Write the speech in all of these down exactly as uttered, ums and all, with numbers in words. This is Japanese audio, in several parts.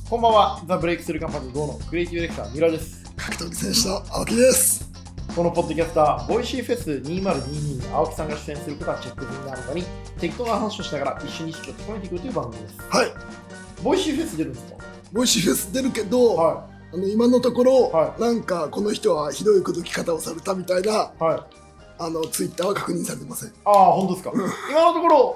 こんばんは。ザ・ブレイクスルーカンパニー ゴー のクリエイティブディレクター、ミラです。 格闘技選手の青木です。 このポッドキャスター、ボイシーフェスにせんにじゅうにに青木さんが出演することはチェック済みなのかに、適当な話をしながら一緒に意識を高めていくという番組です。 はい。 ボイシーフェス出るんですか？ ボイシーフェス出るけど、はい、あの今のところ、はい、なんかこの人はひどい口説き方をされたみたいな、はい、あのツイッターは確認されてません。 ああ、本当ですか。今のところ、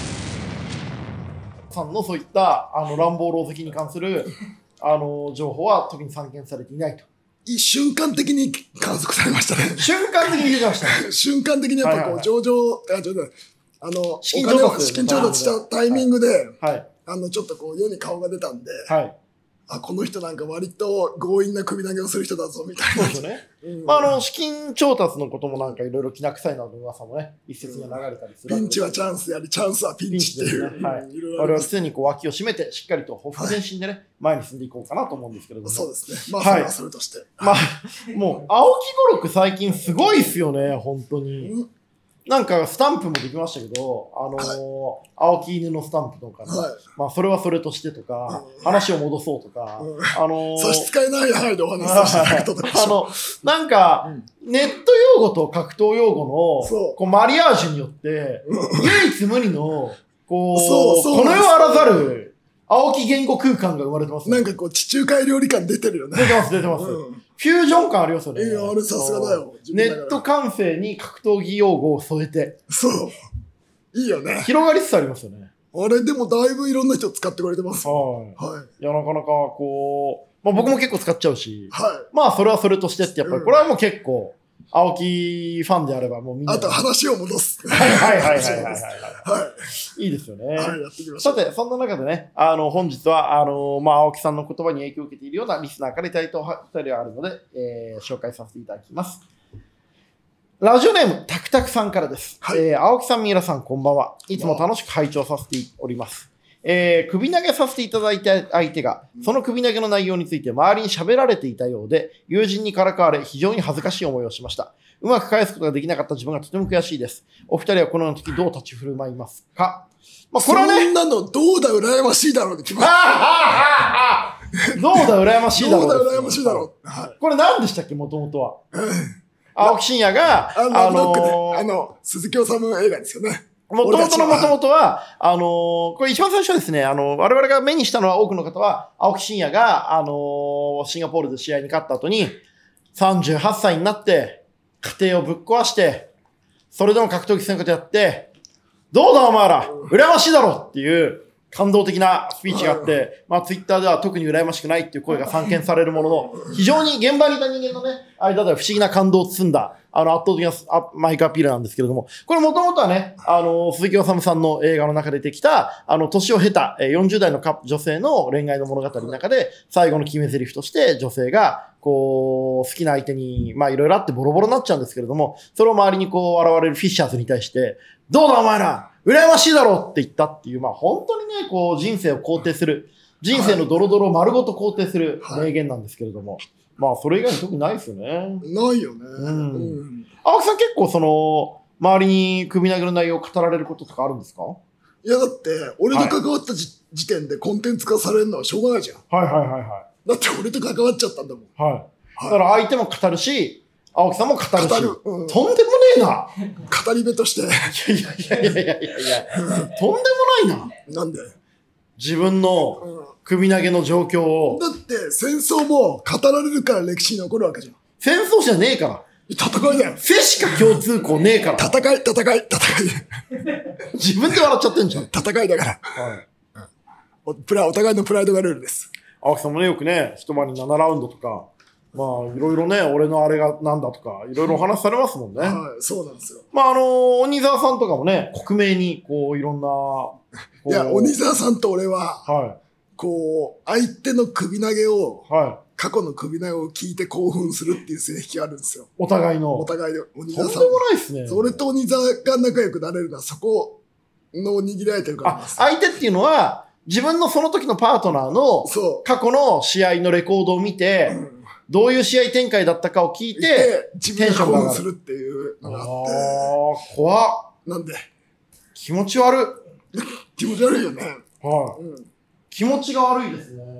さんのそういったあの乱暴狼藉に関するあの情報は特に散見されていないと。 瞬間的に観測されましたね。 瞬間的に出てましたね。 瞬間的にやっぱこう上場、あの資金調達資金調達したタイミングで、はい、あのちょっとこう世に顔が出たんで、はい、あこの人なんか割と強引な首投げをする人だぞみたいな。そうですね。うん、まああの資金調達のこともなんかいろいろきな臭いなどの噂もね一説には流れたりする。 ピンチはチャンスやりチャンスはピンチっていう。 ね、はい。我々は常にこう脇を締めてしっかりとほふ前進でね、はい、前に進んでいこうかなと思うんですけれども。 そうですね。まあそれはそれとして。はい、 まあもう青木語録最近すごいっすよね本当に。うんなんかスタンプもできましたけど、あのーはい、青木犬のスタンプとか、ねはい、まあそれはそれとしてとか、うん、話を戻そうとか、うん、あのー、 差し支えない範囲でお話しさせていただきましょう。 あの、なんか、うん、ネット用語と格闘用語のこうマリアージュによって、うん、唯一無二の、こう、そうそうこの世あらざる、青木言語空間が生まれてますね。なんかこう地中海料理感出てるよね。 出てます、出てます。うん、フュージョン感ありますよね。 いや、あれさすがだよ。 ネット感性に格闘技用語を添えて。 そう。いいよね。 広がりつつありますよね。 あれでもだいぶいろんな人使ってくれてます。はい。 はい。いや、なかなかこう、まあ僕も結構使っちゃうし。はい。まあそれはそれとしてって、やっぱりこれはもう結構、青木ファンであればもうみんな。 あと話を戻す。 はいはいはいはいはいはい。はい。いいですよね。 はい、やっていきましょう。 さて、そんな中でね、あの、本日は、あの、まあ、青木さんの言葉に影響を受けているようなリスナーからいただいたお便りがあるので、えー、紹介させていただきます。ラジオネーム、タクタクさんからです。はい、えー、青木さん、三浦さん、こんばんは。いつも楽しく拝聴させております。えー、首投げさせていただいた相手が、その首投げの内容について周りに喋られていたようで、友人にからかわれ、非常に恥ずかしい思いをしました。うまく返すことができなかった自分がとても悔しいです。お二人はこのような時どう立ち振る舞いますか？ まあ、これはね。そんなのどうだ羨ましいだろうって決まる。どうだ羨ましいだろう。 どうだ羨ましいだろう。 はい、これ何でしたっけ、もともとは。青木真也が、 あの、あのー、あの鈴木治映画ですよね。 もともとのもともとは、あのー、これ一番最初ですね、あの、我々が目にしたのは多くの方は、青木真也が、あのー、シンガポールで試合に勝った後に、さんじゅうはっさいになって、家庭をぶっ壊して、それでも格闘技戦闘やって、どうだお前ら羨ましいだろっていう感動的なスピーチがあって、まあツイッターでは特に羨ましくないっていう声が散見されるものの、非常に現場にいた人間のね、間では不思議な感動を包んだ、あの圧倒的なマイクアピールなんですけれども、これもともとはね、あの、鈴木治さんの映画の中で出てきた、あの、年を経たよんじゅう代の女性の恋愛の物語の中で、最後の決め台詞として女性が、こう、好きな相手に、まあいろいろあってボロボロになっちゃうんですけれども、それを周りにこう現れるフィッシャーズに対して、どうだお前ら羨ましいだろって言ったっていう、まあ本当にね、こう人生を肯定する、人生のドロドロを丸ごと肯定する名言なんですけれども、はい、まあそれ以外に特にないですよね。 ないよね。うん。 うん、青木さん結構その、周りに首投げの内容を語られることとかあるんですか？ いやだって、俺と関わったじ、はい、時点でコンテンツ化されるのはしょうがないじゃん。 はいはいはいはい。 だって俺と関わっちゃったんだもん。 はい。はい、だから相手も語るし、青木さんも語るし。語る。うん、とんでもねえな。 語り部として。 いやいやいやいやいやいやいや。とんでもないな。なんで？ 自分の首投げの状況を。 だって戦争も語られるから歴史に残るわけじゃん。 戦争じゃねえから。 戦いだよ。 せしか共通項ねえから。 戦い、戦い、戦い。 自分で笑っちゃってんじゃん。 戦いだから。はい。うん、プラお互いのプライドがルールです。 青木さんもね、よくね、一晩にななラウンドとか、まあ、いろいろね、俺のあれがなんだとか、いろいろお話されますもんね。 はい、そうなんですよ。 まあ、あのー、鬼沢さんとかもね、克明に、こう、いろんな、 いや、鬼沢さんと俺は、はい。こう、相手の首投げを、はい。過去の首投げを聞いて興奮するっていう性癖があるんですよ。 お互いの。 お互いで、 鬼沢さん。とんでもないっすね。 それと鬼沢が仲良くなれるのは、そこの握られてるからです。 あ、相手っていうのは、自分のその時のパートナーの過去の試合のレコードを見て、うん、どういう試合展開だったかを聞いて、 自分が興奮するっていうのがあって。ああ、怖っ。 なんで気持ち悪い。 気持ち悪いよね。 はい、うん。気持ちが悪いですね。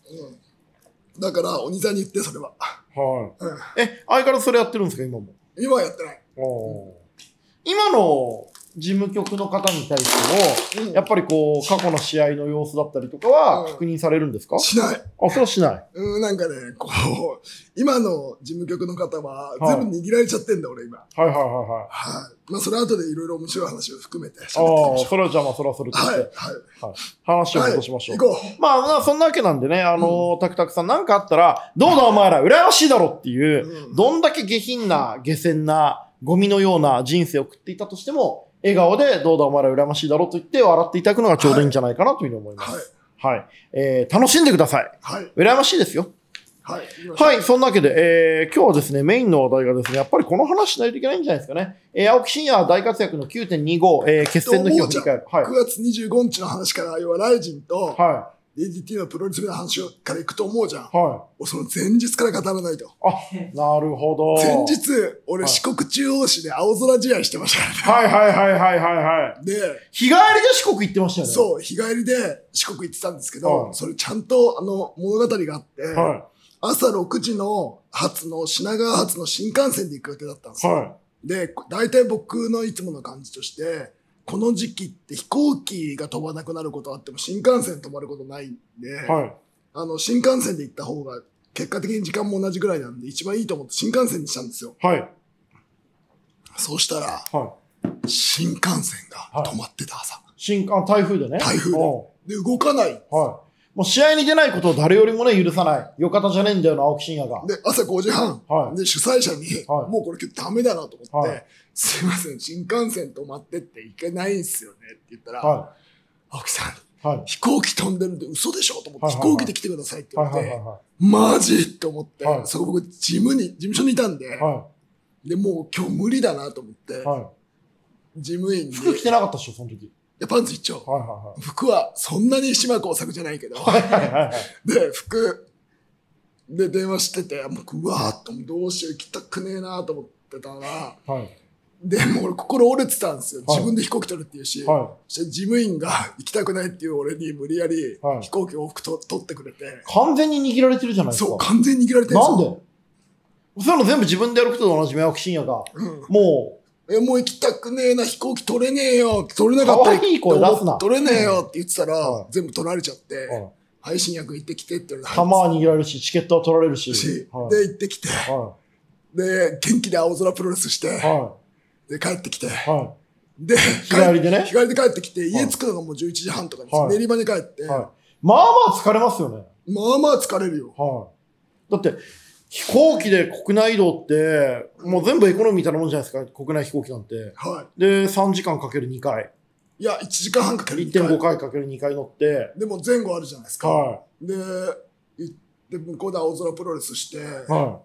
うん。だから、鬼座に言って、それは。 はい。うん、え、相変わらずそれやってるんですか、今も。 今はやってない。 お今の事務局の方に対しても、うん、やっぱりこう、過去の試合の様子だったりとかは確認されるんですか？うん、 しない。 あ、それはしない。 うん、なんかね、こう、今の事務局の方は、全部握られちゃってんだ、はい、俺今。はいはいはいはい。はい。まあ、それ後でいろいろ面白い話を含めて喋ってみましょう。ああ、 それはじゃあまあ、それはそれとして。はい、はい。はい。話を戻しましょう。 はい、行こう。 まあ、まあ、そんなわけなんでね、あの、うん、タクタクさんなんかあったら、どうだお前ら、羨ましいだろっていう、うん、どんだけ下品な、下賤な、ゴミのような人生を送っていたとしても、笑顔でどうだお前ら羨ましいだろうと言って笑っていただくのがちょうどいいんじゃないかなというふうに思います。はい。はい。えー、楽しんでください。はい。羨ましいですよ。はい。はい。そんなわけで、えー、今日はですね、メインの話題がですね、やっぱりこの話しないといけないんじゃないですかね。えー、青木真也大活躍の きゅうてんにご、えー、決戦の日を振り返る。はい。 くがつにじゅうごにちの話から、要はライジンと、はい。エーディーティー のプロレスの話からいくと思うじゃん。はい。その前日から語らないと。 あ、なるほど。 前日、俺、四国中央市で青空試合してましたね。はいはいはいはいはいはい。で、日帰りで四国行ってましたよね。 そう、日帰りで四国行ってたんですけど、はい、それちゃんとあの物語があって、はい、朝ろくじの発の品川発の新幹線で行く予定だったんですよ。はい、で、大体僕のいつもの感じとして、この時期って飛行機が飛ばなくなることあっても新幹線止まることないんで、はい、あの新幹線で行った方が結果的に時間も同じぐらいなんで一番いいと思って新幹線にしたんですよ。はい。そうしたら、はい、新幹線が止まってた朝。はい、 新幹、台風でね。 台風で。で、動かない。はい。 もう試合に出ないことを誰よりもね、許さない。よかたじゃねえんだよな、青木真也が。 で、朝ごじはん。はい。で、主催者に、はい、もうこれダメだなと思って、はい、すいません、新幹線止まってって行けないんすよねって言ったら、はい、青木さん、はい、飛行機飛んでるんで嘘でしょと思って、はいはいはい、飛行機で来てくださいって言われて、はいはいはいはい、マジと思って、はい、そこ僕事務に、事務所にいたんで、はい、で、もう今日無理だなと思って、はい、事務員に。 服着てなかったっしょ、その時。 いや、パンツ一丁。はいはいはい、服はそんなに島工作じゃないけど。はいはいはいはい、で、服、で、電話してて、もう、うわーっと、どうしよう、行きたくねえなと思ってたら、はい、で、もう俺心折れてたんですよ。はい、自分で飛行機取るっていうし、はい、そして事務員が行きたくないっていう俺に無理やり飛行機往復と取ってくれて。 完全に握られてるじゃないですか。 そう、完全に握られてるんですよ。 なんでそういうの全部自分でやることと同じ青木真也が、うん、もう、え、もう行きたくねえな、飛行機取れねえよ、取れなかったら。 可愛い声出すな。 取れねえよって言ってたら、はい、全部取られちゃって、はい配信役行ってきてって言われて。 弾は握られるし、チケットは取られるし。 はい、で、行ってきて、はい、で、元気で青空プロレスして、はい、で、帰ってきて、はい、で、 日帰りでね。 日帰りで帰ってきて、家着くのがもうじゅういちじはんとかです、はい、練馬に帰って、はい。 まあまあ疲れますよね。 まあまあ疲れるよ。 はい。だって、飛行機で国内移動って、もう全部エコノミーみたいなもんじゃないですか、国内飛行機なんて。はい。で、さんじかんかけるにかい。 いや、いちじかんはんかけるにかい。いってんごかいかけるにかい乗って。 でも前後あるじゃないですか。はい。で、で向こうで青空プロレスして、はい。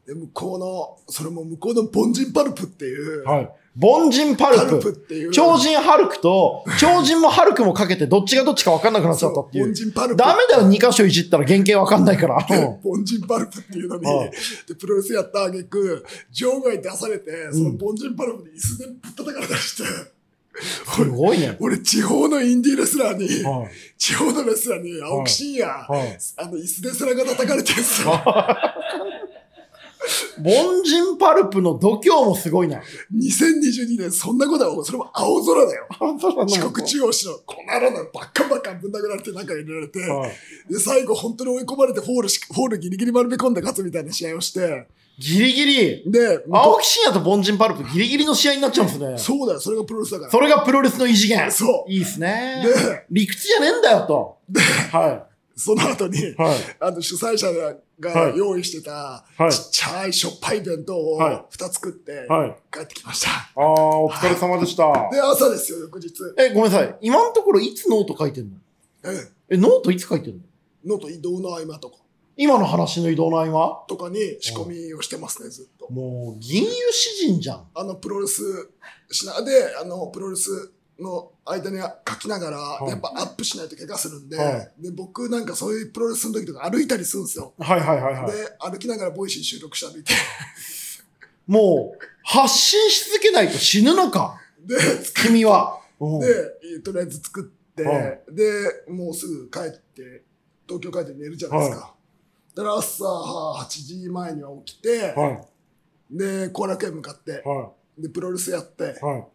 で、向こうの、それも向こうの凡人パルプっていう。はい。 凡人パルプ。パルプっていう。超人ハルクと、超人もハルクもかけてどっちがどっちか分かんなくなっちゃったっていう。凡人パルプ。ダメだよ、に箇所いじったら原型分かんないから。 凡人パルプっていうのに、はい、で、プロレスやった挙句、場外出されて、その凡人パルプに椅子でぶったたかれたりして、 すごいね。 俺、地方のインディーレスラーに、はい、地方のレスラーに、青木真也、はい、あの、椅子で背中叩かれてるんですよ。 凡人パルプの度胸もすごいな。 にせんにじゅうにねん、そんなことは、それも青空だよ。青空の四国中央市の、この野郎のバッカンバッカンぶん殴られて中入れられて、はい、で、最後本当に追い込まれてフォールし、フォールギリギリ丸め込んで勝つみたいな試合をして、 ギリギリで、青木真也と凡人パルプギリギリの試合になっちゃうんですね。 そうだよ、それがプロレスだから。 それがプロレスの異次元。 そう。 いいっすね。で、理屈じゃねえんだよと。 で、はい。その後に、はい、あの主催者が用意してた、はい、ちっちゃいしょっぱい弁当をふたつ作って、はい、帰ってきました。ああ、お疲れ様でした、 はい。で、朝ですよ、翌日。 え、ごめんなさい。今のところいつノート書いてんの？ええ、ノートいつ書いてんの？ ノート移動の合間とか。 今の話の移動の合間とかに仕込みをしてますね、ずっと。 もう、銀融詩人じゃん。 あの、プロレスしな、で、あの、プロレスの間に書きながら、はい、やっぱアップしないと怪我するんで、はい、で、僕なんかそういうプロレスの時とか歩いたりするんですよ。はいはいはいはい。で、歩きながらボイシー収録して歩いて。 もう、発信し続けないと死ぬのか。で、君は。 で、とりあえず作って、はい、で、もうすぐ帰って東京帰って寝るじゃないですか。はい、だから朝はちじまえには起きて、はい、で、後楽園向かって、はい、で、プロレスやって、はい、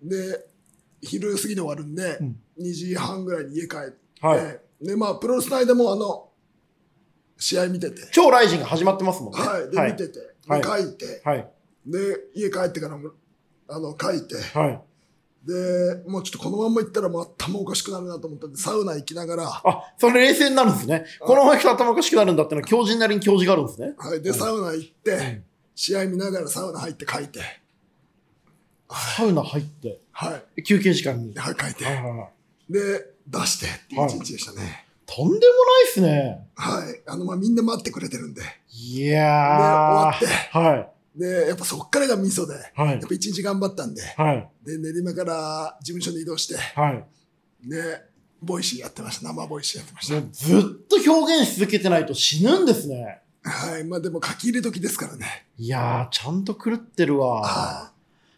で、昼過ぎに終わるんで、うん、にじはんぐらいに家帰って、はい、で、まあ、プロレスの間もあの、試合見てて。 超ライジンが始まってますもんね。 はい。で、はい、見てて、で、書いて、はい、で、家帰ってからも、あの、書いて、はい、で、もうちょっとこのまんま行ったらもう頭おかしくなるなと思ったんで、サウナ行きながら。 あ、それ冷静になるんですね。このまま行くと頭おかしくなるんだってのは、教授なりに教授があるんですね。 はい。で、サウナ行って、うん、試合見ながらサウナ入って書いて。 サウナ入って。はい。休憩時間に。 はい、書いて。はいはいはい、で、出してっていう一日でしたね。はい、 とんでもないっすね。 はい。あの、まあ、みんな待ってくれてるんで。 いやー。で、終わって。はい。で、やっぱそっからがミソで。はい。やっぱ一日頑張ったんで。はい。で、練馬から事務所に移動して。はい。で、ボイシーやってました。生ボイシーやってました。 ずっと表現し続けてないと死ぬんですね。 はい。まあでも書き入れ時ですからね。 いやー、ちゃんと狂ってるわ。はい。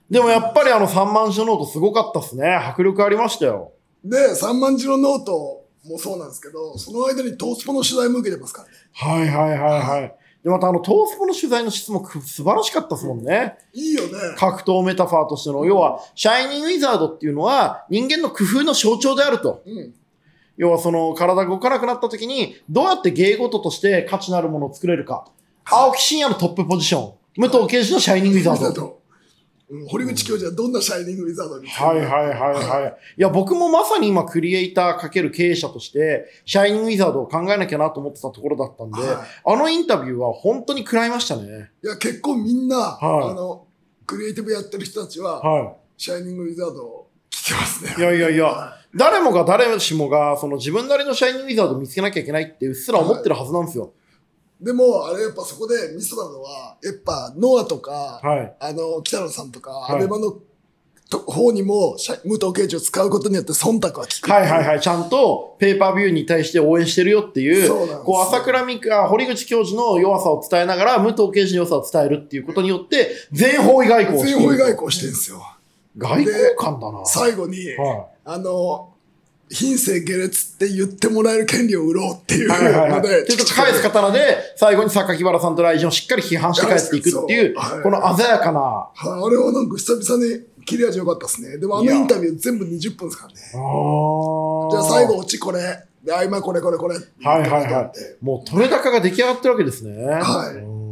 でもやっぱりあのさんまんじのノートすごかったっすね。迫力ありましたよ。 で、さんまんじのノートもそうなんですけど、その間にトースポの取材も受けてますからね。 はいはいはいはい。で、またあの、トースポの取材の質も素晴らしかったですもんね。 いいよね。 格闘メタファーとしての、要は、シャイニングウィザードっていうのは人間の工夫の象徴であると。うん、要はその、体が動かなくなった時に、どうやって芸事として価値のあるものを作れるか。青木真也のトップポジション。武藤敬司のシャイニングウィザード。 うん、堀口教授はどんなシャイニングウィザードに、 はいはいはいはい。いや、僕もまさに今、クリエイターかける経営者として、シャイニングウィザードを考えなきゃなと思ってたところだったんで、はい、あのインタビューは本当に食らいましたね。 いや、結構みんな、はい、あの、クリエイティブやってる人たちは、はい、シャイニングウィザードを聞いてますね。 いやいやいや、はい、誰もが誰しもが、その自分なりのシャイニングウィザードを見つけなきゃいけないってうっすら思ってるはずなんですよ。はい、 でも、あれやっぱそこでミソなのは、やっぱノアとか、はい、あの、北野さんとか、はい、アベマの方にも、武藤敬司を使うことによって忖度は効く。 はいはいはい。ちゃんとペーパービューに対して応援してるよっていう、そうなんです、こう、朝倉美香、堀口教授の弱さを伝えながら、武藤敬司の良さを伝えるっていうことによって、全方位外交をしてる。 全方位外交してるんですよ。 外交官だな。 最後に、はい、あの、品性下劣って言ってもらえる権利を売ろうっていうので、はいはいはい、 ちょっと返す刀で、最後に榊原さんとライジンをしっかり批判して返っていくっていう、はい、この鮮やかな。はい、 あれはなんか久々に切れ味良かったですね。でもあのインタビュー全部にじゅっぷんですからね。じゃあ最後オチこれ、で、合間これこれこれ。 はいはいはい。もう取れ高が出来上がってるわけですね。 はい。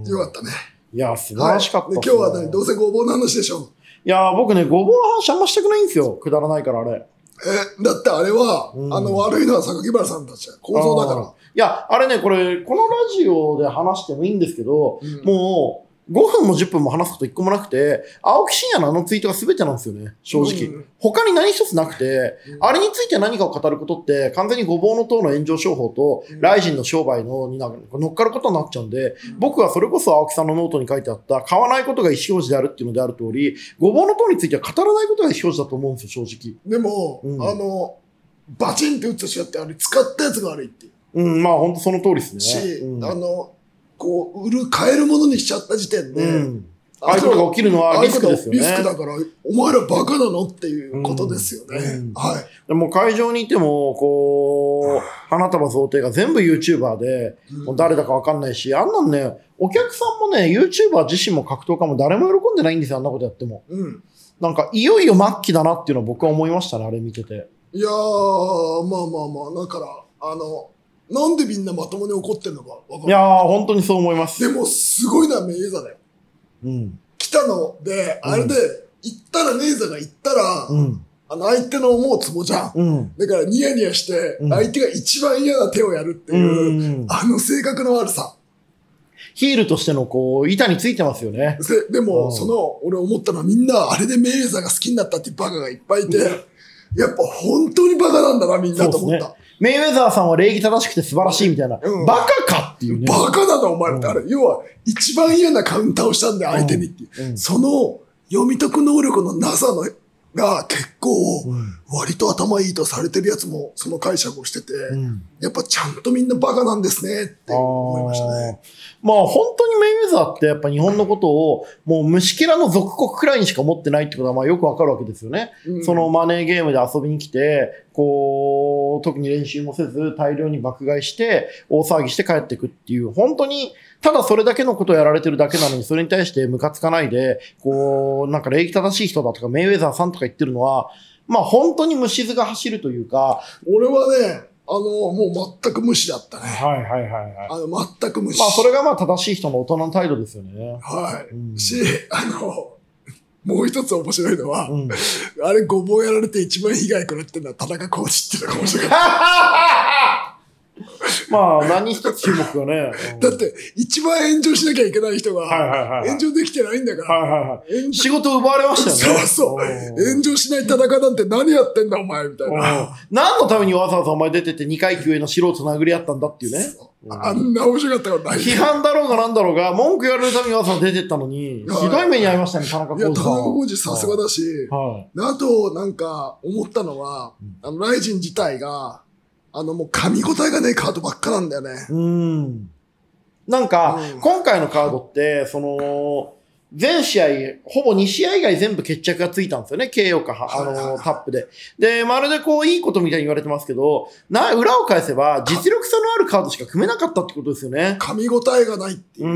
よかったね。 いや、素晴らしかった、ね。 はい、今日はね、どうせごぼうの話でしょ。 いや、僕ね、ごぼうの話あんましたくないんですよ。くだらないからあれ。 え、だってあれは、うん、あの、悪いのは榊原さんたちは構造だから。 いや、あれね、これ、このラジオで話してもいいんですけど、うん、もう、ごふんもじゅっぷんも話すこと一個もなくて、青木真也のあのツイートが全てなんですよね、正直。うん、他に何一つなくて、うん、あれについて何かを語ることって、完全にごぼうの塔の炎上商法と、うん、ライジンの商売のに乗っかることになっちゃうんで、うん、僕はそれこそ青木さんのノートに書いてあった、買わないことが意思表示であるっていうのである通り、ごぼうの塔については語らないことが意思表示だと思うんですよ、正直。 でも、うん、あの、バチンって打つと違って、あれ使ったやつが悪いっていう。 うん、まあ本当その通りですね。 し、うん、あの、こう、売る、買えるものにしちゃった時点で、うん、 ああいうことが起きるのはリスクですよね。 リスクだから、お前らバカなのっていうことですよね。うんうん、はい。 でも会場にいても、こう、花束贈呈が全部 YouTuber で、もう誰だかわかんないし、あんなんね、お客さんもね、YouTuber 自身も格闘家も誰も喜んでないんですよ、あんなことやっても。うん。なんか、いよいよ末期だなっていうのは僕は思いましたね、あれ見てて。 いやー、まあまあまあ、だから、あの、なんでみんなまともに怒ってんのかわかんない。 いやー、本当にそう思います。 でも、すごいのはメイザだよ。うん。来たので、あれで、行ったらメイザが行ったら、うん、あの、相手の思うツボじゃん。うん。だから、ニヤニヤして、相手が一番嫌な手をやるっていう、うん、あの性格の悪さ。 ヒールとしての、こう、板についてますよね。 で、でも、その、俺思ったのはみんな、あれでメイザが好きになったっていうバカがいっぱいいて、やっぱ本当にバカなんだな、みんなと思った。ね、 メイウェザーさんは礼儀正しくて素晴らしいみたいな。うん、バカかっていうね。 バカなんだ、お前って。あれ、うん、要は、一番嫌なカウンターをしたんだよ、相手にっていう。うんうん、その、読み解く能力のなさのが結構、割と頭いいとされてるやつもその解釈をしてて、うん、やっぱちゃんとみんなバカなんですねって思いましたね。 まあ本当にメイウェザーってやっぱ日本のことをもう虫けらの属国くらいにしか持ってないってことはまあよくわかるわけですよね。うん、そのマネーゲームで遊びに来て、こう、特に練習もせず大量に爆買いして大騒ぎして帰ってくっていう、本当にただそれだけのことをやられてるだけなのにそれに対してムカつかないで、こう、なんか礼儀正しい人だとかメイウェザーさんとか言ってるのは、まあ本当に虫図が走るというか。 俺はね、あの、もう全く無視だったね。 はいはいはい、はい。 あの、全く無視。 まあそれがまあ正しい人の大人の態度ですよね。 はい。うん、し、あの、もう一つ面白いのは、うん、あれごぼうやられて一番被害食らってるのは田中コーチっていうのが面白かった。 まあ、何一つ注目がね。 うん、だって、一番炎上しなきゃいけない人が、炎上できてないんだから。 はいはいはい、仕事奪われましたよね。 そうそう。炎上しない田中なんて何やってんだお前みたいな。 何のためにわざわざお前出ててにかい級への素人殴り合ったんだっていうね。 あんな面白かったことない。 批判だろうがなんだろうが、文句言われるためにわざわざ出てったのに、ひどい目に遭いましたね、田中浩二さん。いや、 田中浩二さすがだし、はい、あと、なんか、思ったのは、あの、ライジン自体が、あの、もう噛み応えがねえカードばっかなんだよね。 うん。なんか、うん、今回のカードって、その、全試合、ほぼに試合以外全部決着がついたんですよね。ケーオーか、あの、タップで。で、まるでこう、いいことみたいに言われてますけど、な、裏を返せば、実力差のあるカードしか組めなかったってことですよね。 噛み応えがないっていう。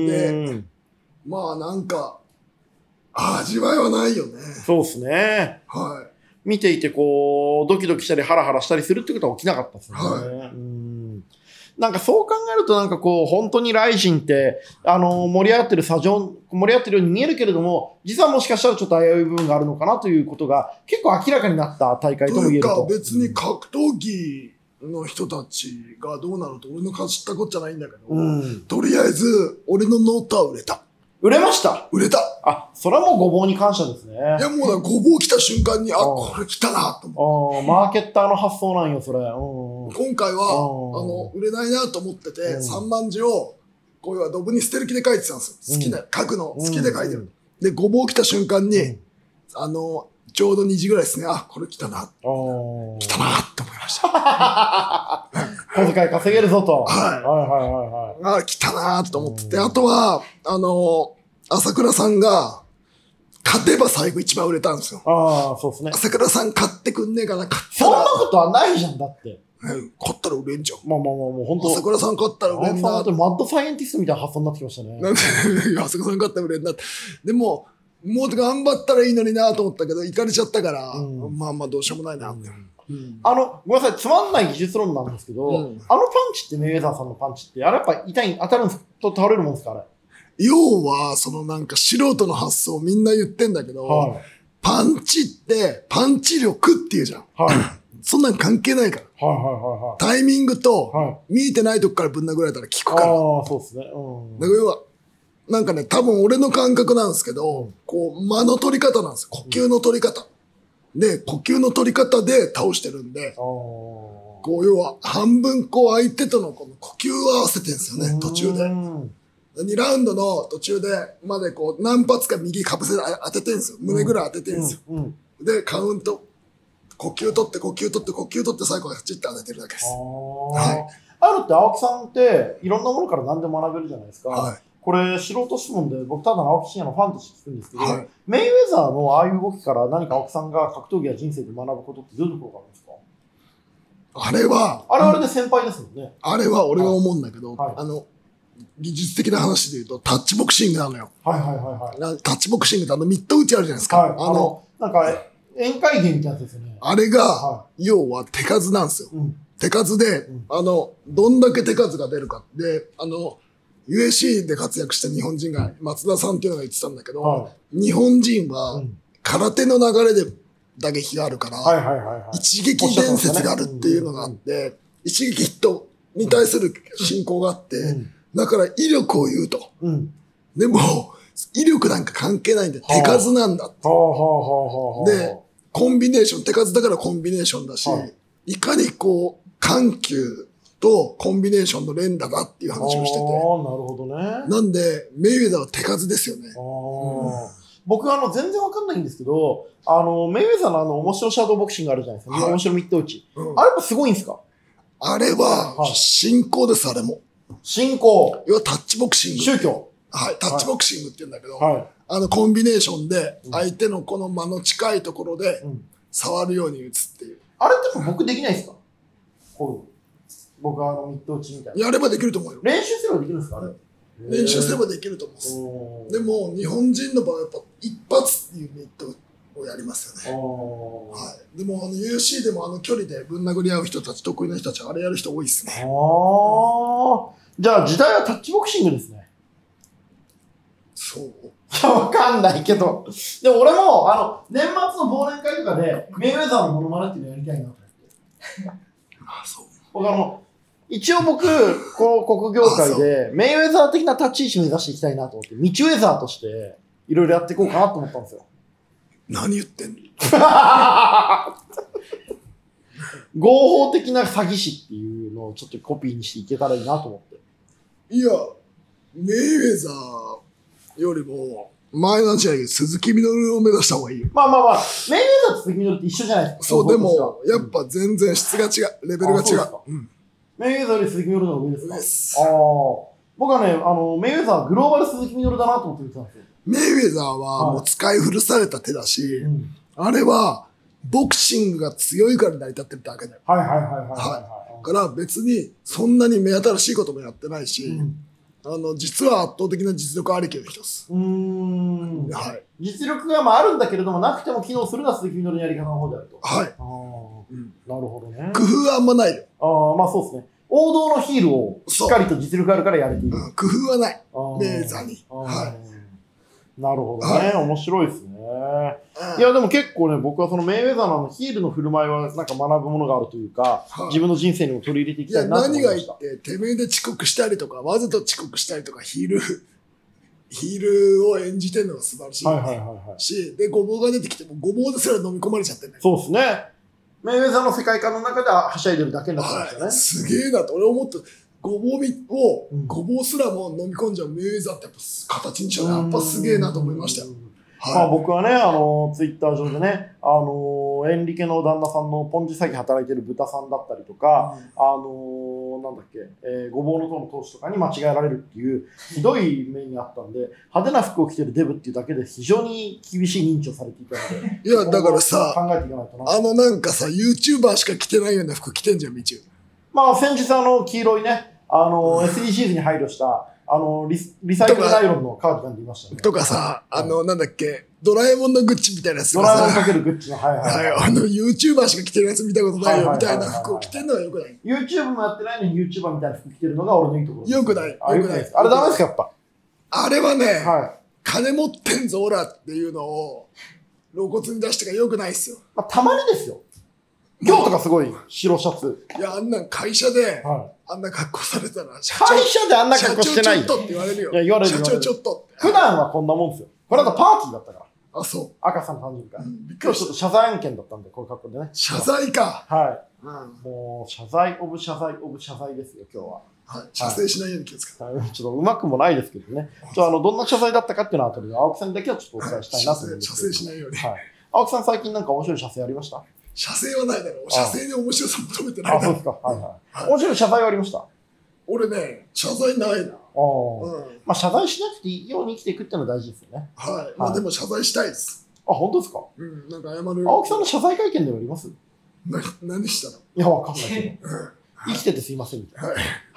で、まあなんか、味わいはないよね。 そうですね。 はい。 見ていてこう、ドキドキしたりハラハラしたりするってことは起きなかったですよね。はい、うんなんかそう考えるとなんかこう、本当にライジンって、あの、盛り上がってる砂上、盛り上がってるように見えるけれども、実はもしかしたらちょっと危うい部分があるのかなということが結構明らかになった大会とも言えると。 というか別に格闘技の人たちがどうなると俺の知ったこっちゃないんだけど、うん、とりあえず俺のノートは売れた。 売れました売れたあ、それはもうごぼうに感謝ですね。 いやもうだごぼう来た瞬間に、あ、これ来たなと思って。マーケッターの発想なんよ、それ。 うん、今回は、あの、売れないなと思ってて、うん、さんまん字を、こういうドブに捨てる気で書いてたんですよ。好きな、書くの好きで書いてる。で、ごぼう来た瞬間に、うん、あの、ちょうどにじぐらいですね。あ、これ来たな。来たなって思いました。 小遣い稼げるぞと。 はい。はいはいはいはい。あ、来たなと思ってて。あとは、あの、朝倉さんが、勝てば最後一番売れたんですよ。 ああ、そうですね。 朝倉さん買ってくんねえかな、勝ったら。そんなことはないじゃん、だって。 勝ったら売れんじゃん。 まあまあまあ、もう本当。 朝倉さん勝ったら売れんな。 マッドサイエンティストみたいな発想になってきましたね。 なんで、朝倉さん勝ったら売れんなって。でも、もう頑張ったらいいのになと思ったけど、行かれちゃったから、うん、まあまあどうしようもないなって。 うん、あの、ごめんなさい、つまんない技術論なんですけど、うん、あのパンチってメイウェザーさんのパンチって、あれやっぱ痛い、当たるんですと倒れるもんですかあれ。 要は、そのなんか素人の発想みんな言ってんだけど、はい、パンチってパンチ力って言うじゃん。はい、そんなん関係ないから。はいはいはいはい、タイミングと、見えてないとこからぶん殴られたら効くから。 ああ、そうですね。うん、 だから要は、なんかね、多分俺の感覚なんですけど、うん、こう、間の取り方なんですよ。呼吸の取り方。うん、で、呼吸の取り方で倒してるんで、こう、要は、半分こう相手とのこの呼吸を合わせてるんですよね、途中で。にラウンドの途中で、までこう、何発か右かぶせ当ててるんですよ。胸ぐらい当ててるんですよ。うんうんうん、で、カウント。呼吸取って、呼吸取って、呼吸取って、最後はチッと当ててるだけです。はい。 あるって青木さんって、いろんなものから何でも学べるじゃないですか。はい。これ、素人質問で、僕ただの青木真也のファンとして聞くんですけど、はい、メイウェザーのああいう動きから何か青木さんが格闘技や人生で学ぶことってどういうところがあるんですか？ あれは、 あれはあれで先輩ですもんね。 あれは俺が思うんだけど、はい、あの、技術的な話で言うと、タッチボクシングなのよ。はいはいはいはい。タッチボクシングってあのミット打ちあるじゃないですか。はい、あの、あのなんか、宴会芸みたいなやつですよね。 あれが、はい、要は手数なんですよ。うん、手数で、うん、あの、どんだけ手数が出るか。で、あの、ユーエフシー で活躍した日本人が、松田さんっていうのが言ってたんだけど、はい、日本人は空手の流れで打撃があるから、一撃伝説があるっていうのがあって、一撃ヒットに対する信仰があって、うん、だから威力を言うと。うん、でも、威力なんか関係ないんで、手数なんだって。で、コンビネーション、手数だからコンビネーションだし、いかにこう、緩急、とコンビネーションの連打だっていう話をしてて。ああ、 なるほどね。 なんで、メイウェザーは手数ですよね。 あうん、 僕あの全然わかんないんですけど、あのメイウェザーのあの面白シャドーボクシングあるじゃないですか、はい、面白ミット打ち、うん、あれやっぱすごいんですか？ あれは信仰です。あれも信仰、 要はタッチボクシング、 宗教、 はい、タッチボクシングって言うんだけど、 はい、 あのコンビネーションで相手のこの間の近いところで触るように打つっていう、うん、 あれって僕できないですか？こう僕はあのミット打ちみたいな。 やればできると思うよ。 練習すればできるんですか？あれ練習すればできると思うんです。でも日本人の場合はやっぱ一発っていうミットをやりますよね。はい、でもあの ユーシー でもあの距離でぶん殴り合う人たち、得意な人たち、あれやる人多いですね。あ、 じゃあ時代はタッチボクシングですね。 そうわかんないけど。でも俺もあの年末の忘年会とかでメイウェザーのモノマネっていうのやりたいなと思って。 あ、そう。 僕あの一応僕、この国業界で、メイウェザー的な立ち位置目指していきたいなと思って、ミチウェザーとして、いろいろやっていこうかなと思ったんですよ。 何言ってんの？ 合法的な詐欺師っていうのをちょっとコピーにしていけたらいいなと思って。 いや、メイウェザーよりも、前なんじゃないけど、鈴木みのるを目指した方がいいよ。 まあまあまあ、メイウェザーと鈴木みのるって一緒じゃないですか。 そう、でも、やっぱ全然質が違う、レベルが違う。うん、 メイウェザーより鈴木みのるの方が上ですか？です。ああ。僕はね、あの、メイウェザーグローバル鈴木みのるだなと思って見てたんですよ。 メイウェザーはもう使い古された手だし、はい、あれは、ボクシングが強いから成り立ってるだけだよ。 はいはいはいはいはい、はい。 だから別にそんなに目新しいこともやってないし、うん、あの、実は圧倒的な実力ありきの人です。 うーん。 はい。 実力がまああるんだけれども、なくても機能するのは鈴木みのるのやり方の方であると。 はい。 あうん、なるほどね。 工夫はあんまないよ。 ああ、まあそうですね。王道のヒールをしっかりと実力あるからやれている。 うん、工夫はない。メイザーに。はい。 なるほどね。はい、面白いですね。いや、でも結構ね、僕はそのメイウェザーのヒールの振る舞いはなんか学ぶものがあるというか、はい、自分の人生にも取り入れていきたいなと思いました。 いや、何が言って、てめえで遅刻したりとか、わざと遅刻したりとか、ヒール、ヒールを演じてるのが素晴らしい。 はいはいはいはい。 し、で、ごぼうが出てきても、ごぼうですら飲み込まれちゃってるね。 そうですね。メイウェザーの世界観の中ではしゃいでるだけになってましたね。はい、 すげえなと俺思った。ごぼうを、うん、ごぼうすらも飲み込んじゃうメイウェザーってやっぱ形にしちゃう。やっぱすげえなと思いましたよ。はい、まあ僕はね、あの、ツイッター上でね、あの、エンリケの旦那さんのポンジ詐欺働いてる豚さんだったりとか、うん、あの、なんだっけ、えー、ごぼうの塔の投手とかに間違えられるっていう、ひどい目にあったんで、派手な服を着てるデブっていうだけで非常に厳しい認知をされていたので。 いや、だからさ、 考えていかないとな。 あのなんかさ、YouTuber しか着てないような服着てんじゃん、みちゅ。 まあ先日あの、黄色いね、あの、うん、エスディージーズ に配慮した、あのリ、リサイクルナイロンのカーディガンで言いましたね。 とかさ、あの、なんだっけ、ドラえもんのグッチみたいなやつドラえもんかけるグッチの、はいはい、 はい。あの、YouTuber しか着てるやつ見たことないよ、みたいな服を着てるのはよくない。 YouTube もやってないのに YouTuber みたいな服着てるのが俺のいいところ。 よくない。よくない。 あれダメですか、やっぱ。 あれはね、 はい、 金持ってんぞ、オラっていうのを露骨に出してがよくないっすよ。 まあ、たまにですよ。今日とかすごい白シャツ。 いや、あんなん会社で、 はい、 あんな格好されたら、 会社であんな格好してない。 社長ちょっとって言われるよ。 いや、言われる。 社長ちょっとって。 普段はこんなもんですよ。これだとパーティーだったから。 あ、そう。 赤さんの誕生日会。うん、今日ちょっと謝罪案件だったんで、こういう格好でね。 謝罪か。 はい。うん、もう、謝罪オブ謝罪オブ謝罪ですよ、今日は。 はい。謝罪しないように気をつけて。 はい、ちょっとうまくもないですけどね。ちょっとあの、どんな謝罪だったかっていうのは後で、青木さんにだけはちょっとお伝えしたいなと思います。 謝罪しないように。 はい。青木さん最近なんか面白い謝罪ありました？ 謝罪はないだろう。謝罪に面白さ求めてないだろう。あ、そうですか。はいはい。面白い謝罪はありました？ 俺ね、謝罪ないな。ああ。うん。 まあ謝罪しなくていいように生きていくっていうのは大事ですよね。 はい。まあでも謝罪したいです。 あ、本当ですか？ うん。なんか謝る。 青木さんの謝罪会見でもあります？ な、何したの？ いや、わかんないけど。生きててすいませんみたいな。はい。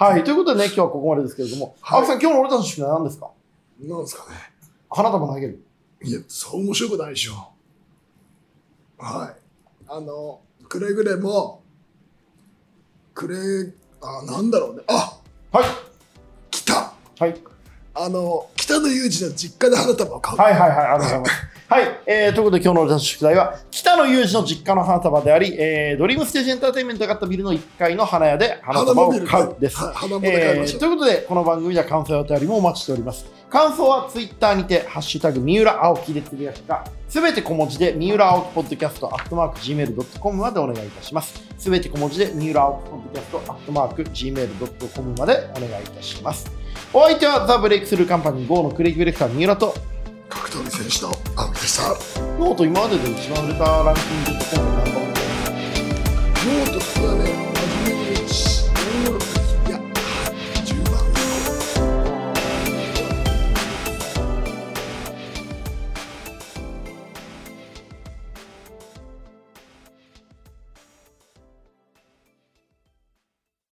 はい。ということでね、今日はここまでですけれども、青木さん、今日の俺たちの宿題は何ですか？ 何ですかね。 花束投げる。 いや、そう面白くないでしょ。はい。あの、くれぐれも、くれ、あ、なんだろうね。あ、 はい。 来た。 はい。 あの、北野裕二の実家で花束を買う。 はいはいはい、ありがとうございます。はい、えー、ということで今日の俺たちの宿題は北野裕二の実家の花束であり、えー、ドリームステージエンターテインメントがあったビルのいっかいの花屋で花束を買うです。 はい、花束で買いましょう。 えー、ということでこの番組では感想やお便りもお待ちしております。感想はツイッターにてハッシュタグ三浦青木でつぶやくか、すべて小文字で三浦青木ポッドキャストアットマーク ジーメールドットコム までお願いいたします。すべて小文字で三浦青木ポッドキャストアットマーク ジーメールドットコム までお願いいたします。お相手はザ・ブレイクスルーカンパニー ゴー のクリエイティブディレクター三浦と革格闘技選手の青木でした。 ノート今までで一番売れたランキングって今回何番目？ ノートはね、真面目に